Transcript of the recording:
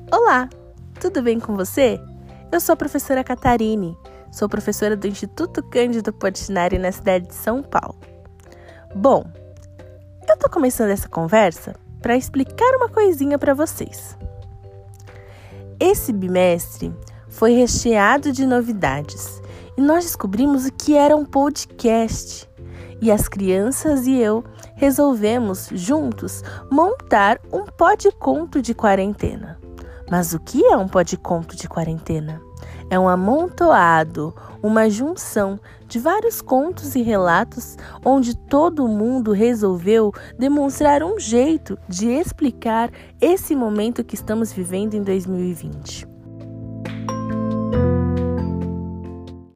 Olá, tudo bem com você? Eu sou a professora Catarine, sou professora do Instituto Cândido Portinari na cidade de São Paulo. Bom, eu tô começando essa conversa para explicar uma coisinha para vocês. Esse bimestre foi recheado de novidades e nós descobrimos o que era um podcast. E as crianças e eu resolvemos juntos montar um podconto de quarentena. Mas o que é um podconto de quarentena? É um amontoado, uma junção de vários contos e relatos onde todo mundo resolveu demonstrar um jeito de explicar esse momento que estamos vivendo em 2020.